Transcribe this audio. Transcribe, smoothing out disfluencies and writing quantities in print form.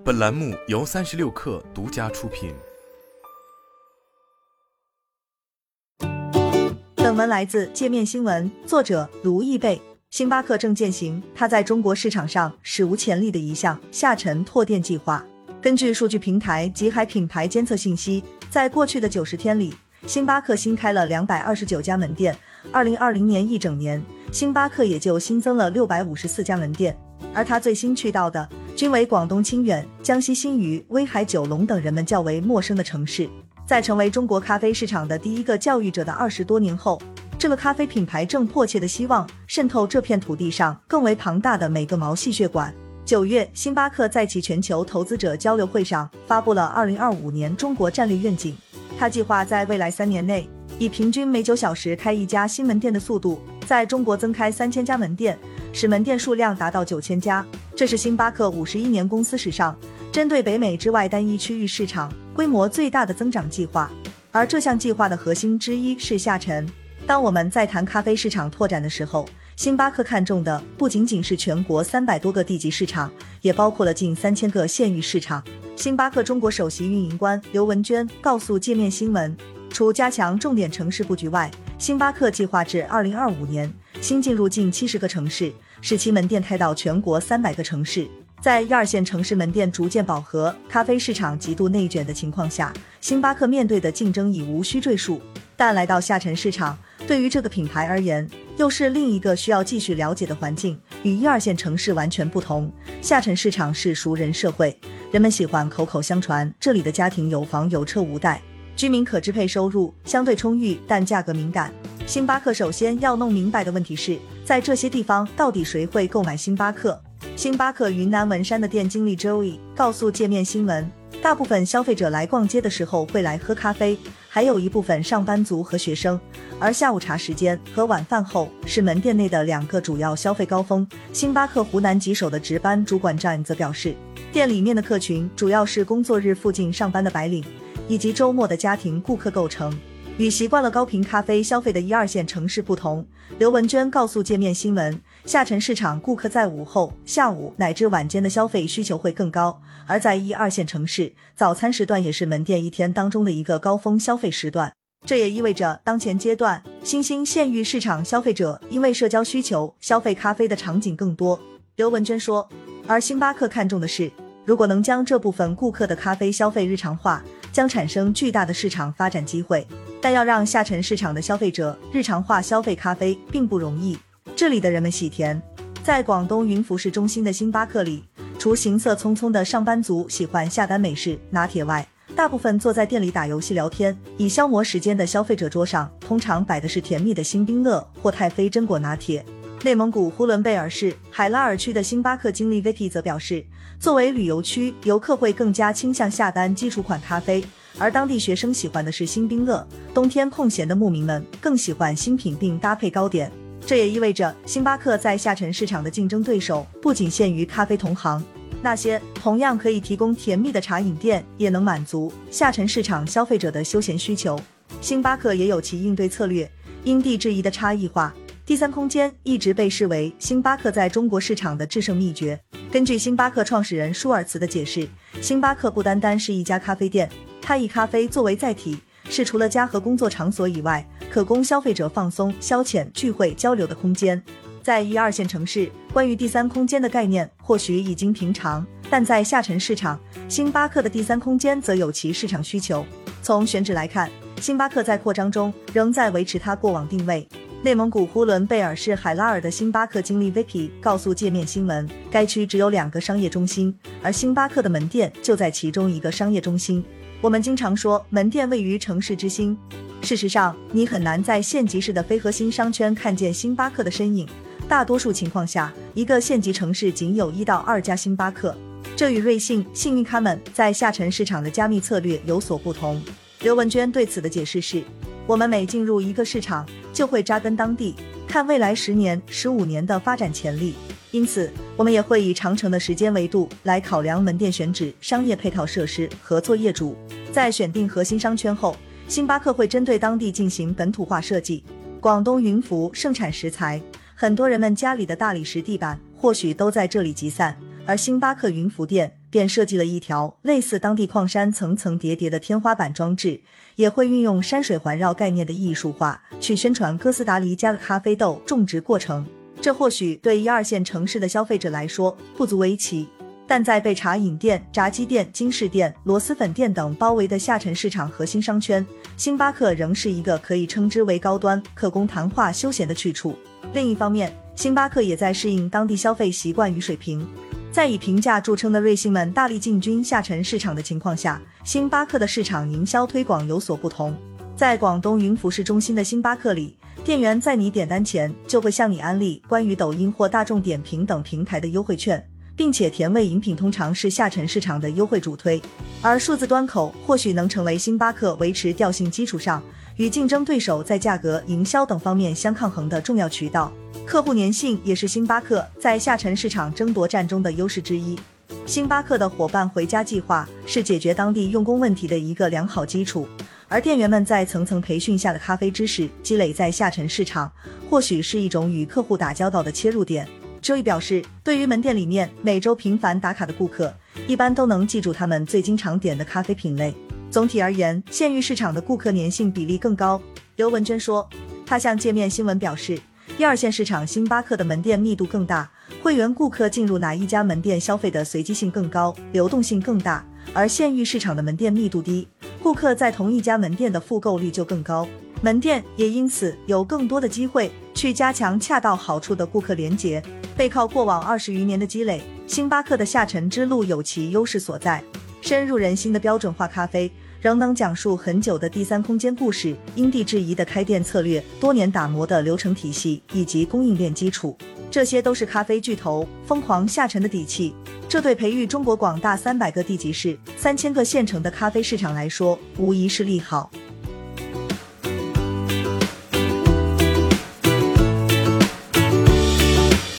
本栏目由36氪独家出品。 本文来自界面新闻，作者卢毅贝。星巴克正践行它在中国市场上史无前例的一项下沉拓店计划。根据数据平台极海品牌监测信息，在过去的90天里，星巴克新开了229家门店，2020年一整年，星巴克也就新增了654家门店，而它最新去到的均为广东清远、江西新余、威海九龙等人们较为陌生的城市。在成为中国咖啡市场的第一个教育者的20多年后，这个咖啡品牌正迫切地希望渗透这片土地上更为庞大的每个毛细血管。9月，星巴克在其全球投资者交流会上发布了2025年中国战略愿景。他计划在未来3年内，以平均每9小时开一家新门店的速度，在中国增开3000家门店，使门店数量达到9000家。这是星巴克51年公司史上针对北美之外单一区域市场规模最大的增长计划。而这项计划的核心之一是下沉。当我们在谈咖啡市场拓展的时候，星巴克看重的不仅仅是全国300多个地级市场，也包括了近3000个县域市场。星巴克中国首席运营官刘文娟告诉界面新闻，除加强重点城市布局外，星巴克计划至2025年新进入近70个城市，使其门店开到全国300个城市。在1、2线城市门店逐渐饱和，咖啡市场极度内卷的情况下，星巴克面对的竞争已无需赘述。但来到下沉市场，对于这个品牌而言，又是另一个需要继续了解的环境，与1、2线城市完全不同。下沉市场是熟人社会，人们喜欢口口相传，这里的家庭有房有车无贷，居民可支配收入相对充裕，但价格敏感。星巴克首先要弄明白的问题是，在这些地方到底谁会购买星巴克？星巴克云南文山的店经理 Joey 告诉界面新闻，大部分消费者来逛街的时候会来喝咖啡，还有一部分上班族和学生，而下午茶时间和晚饭后是门店内的2个主要消费高峰。星巴克湖南棘手的值班主管站则表示，店里面的客群主要是工作日附近上班的白领以及周末的家庭顾客构成。与习惯了高频咖啡消费的1、2线城市不同，刘文娟告诉界面新闻，下沉市场顾客在午后、下午乃至晚间的消费需求会更高，而在1、2线城市，早餐时段也是门店一天当中的一个高峰消费时段。这也意味着当前阶段新兴县域市场消费者因为社交需求消费咖啡的场景更多。刘文娟说，而星巴克看重的是，如果能将这部分顾客的咖啡消费日常化，将产生巨大的市场发展机会。但要让下沉市场的消费者日常化消费咖啡并不容易，这里的人们喜甜。在广东云浮市中心的星巴克里，除行色匆匆的上班族喜欢下单美式拿铁外，大部分坐在店里打游戏聊天以消磨时间的消费者桌上通常摆的是甜蜜的星冰乐或太妃榛果拿铁。内蒙古呼伦贝尔市海拉尔区的星巴克经理 Vicky 则表示，作为旅游区，游客会更加倾向下单基础款咖啡，而当地学生喜欢的是星冰乐，冬天空闲的牧民们更喜欢新品并搭配糕点。这也意味着星巴克在下沉市场的竞争对手不仅限于咖啡同行，那些同样可以提供甜蜜的茶饮店也能满足下沉市场消费者的休闲需求。星巴克也有其应对策略，因地制宜的差异化。第三空间一直被视为星巴克在中国市场的制胜秘诀。根据星巴克创始人舒尔茨的解释，星巴克不单单是一家咖啡店，它以咖啡作为载体，是除了家和工作场所以外，可供消费者放松、消遣、聚会、交流的空间。在1、2线城市，关于第三空间的概念或许已经平常，但在下沉市场，星巴克的第三空间则有其市场需求。从选址来看，星巴克在扩张中仍在维持它过往定位。内蒙古呼伦贝尔市海拉尔的星巴克经理 Vicky 告诉界面新闻，该区只有2个商业中心，而星巴克的门店就在其中一个商业中心。我们经常说门店位于城市之心，事实上你很难在县级市的非核心商圈看见星巴克的身影，大多数情况下一个县级城市仅有1到2家星巴克，这与瑞幸、幸运咖们在下沉市场的加密策略有所不同。刘文娟对此的解释是，我们每进入一个市场就会扎根当地，看未来10年、15年的发展潜力，因此我们也会以长程的时间维度来考量门店选址、商业配套设施、合作业主。在选定核心商圈后，星巴克会针对当地进行本土化设计。广东云浮盛产石材，很多人们家里的大理石地板或许都在这里集散，而星巴克云浮店便设计了一条类似当地矿山层层叠叠的天花板装置，也会运用山水环绕概念的艺术化去宣传哥斯达黎加的咖啡豆种植过程。这或许对1、2线城市的消费者来说不足为奇，但在被茶饮店、炸鸡店、京式店、螺蛳粉店等包围的下沉市场核心商圈，星巴克仍是一个可以称之为高端、可供谈话休闲的去处。另一方面，星巴克也在适应当地消费习惯与水平。在以平价著称的瑞幸们大力进军下沉市场的情况下，星巴克的市场营销推广有所不同。在广东云浮市中心的星巴克里，店员在你点单前就会向你安利关于抖音或大众点评等平台的优惠券，并且甜味饮品通常是下沉市场的优惠主推，而数字端口或许能成为星巴克维持调性基础上与竞争对手在价格、营销等方面相抗衡的重要渠道。客户粘性也是星巴克在下沉市场争夺战中的优势之一。星巴克的伙伴回家计划是解决当地用工问题的一个良好基础，而店员们在层层培训下的咖啡知识积累在下沉市场，或许是一种与客户打交道的切入点。Joey 表示，对于门店里面每周频繁打卡的顾客，一般都能记住他们最经常点的咖啡品类。总体而言，县域市场的顾客粘性比例更高。刘文娟说，她向界面新闻表示，1、2线市场星巴克的门店密度更大，会员顾客进入哪一家门店消费的随机性更高，流动性更大，而县域市场的门店密度低，顾客在同一家门店的复购率就更高，门店也因此有更多的机会去加强恰到好处的顾客连结。背靠过往20余年的积累，星巴克的下沉之路有其优势所在。深入人心的标准化咖啡，仍能讲述很久的第三空间故事，因地制宜的开店策略，多年打磨的流程体系以及供应链基础，这些都是咖啡巨头疯狂下沉的底气。这对培育中国广大300个地级市、3000个县城的咖啡市场来说，无疑是利好。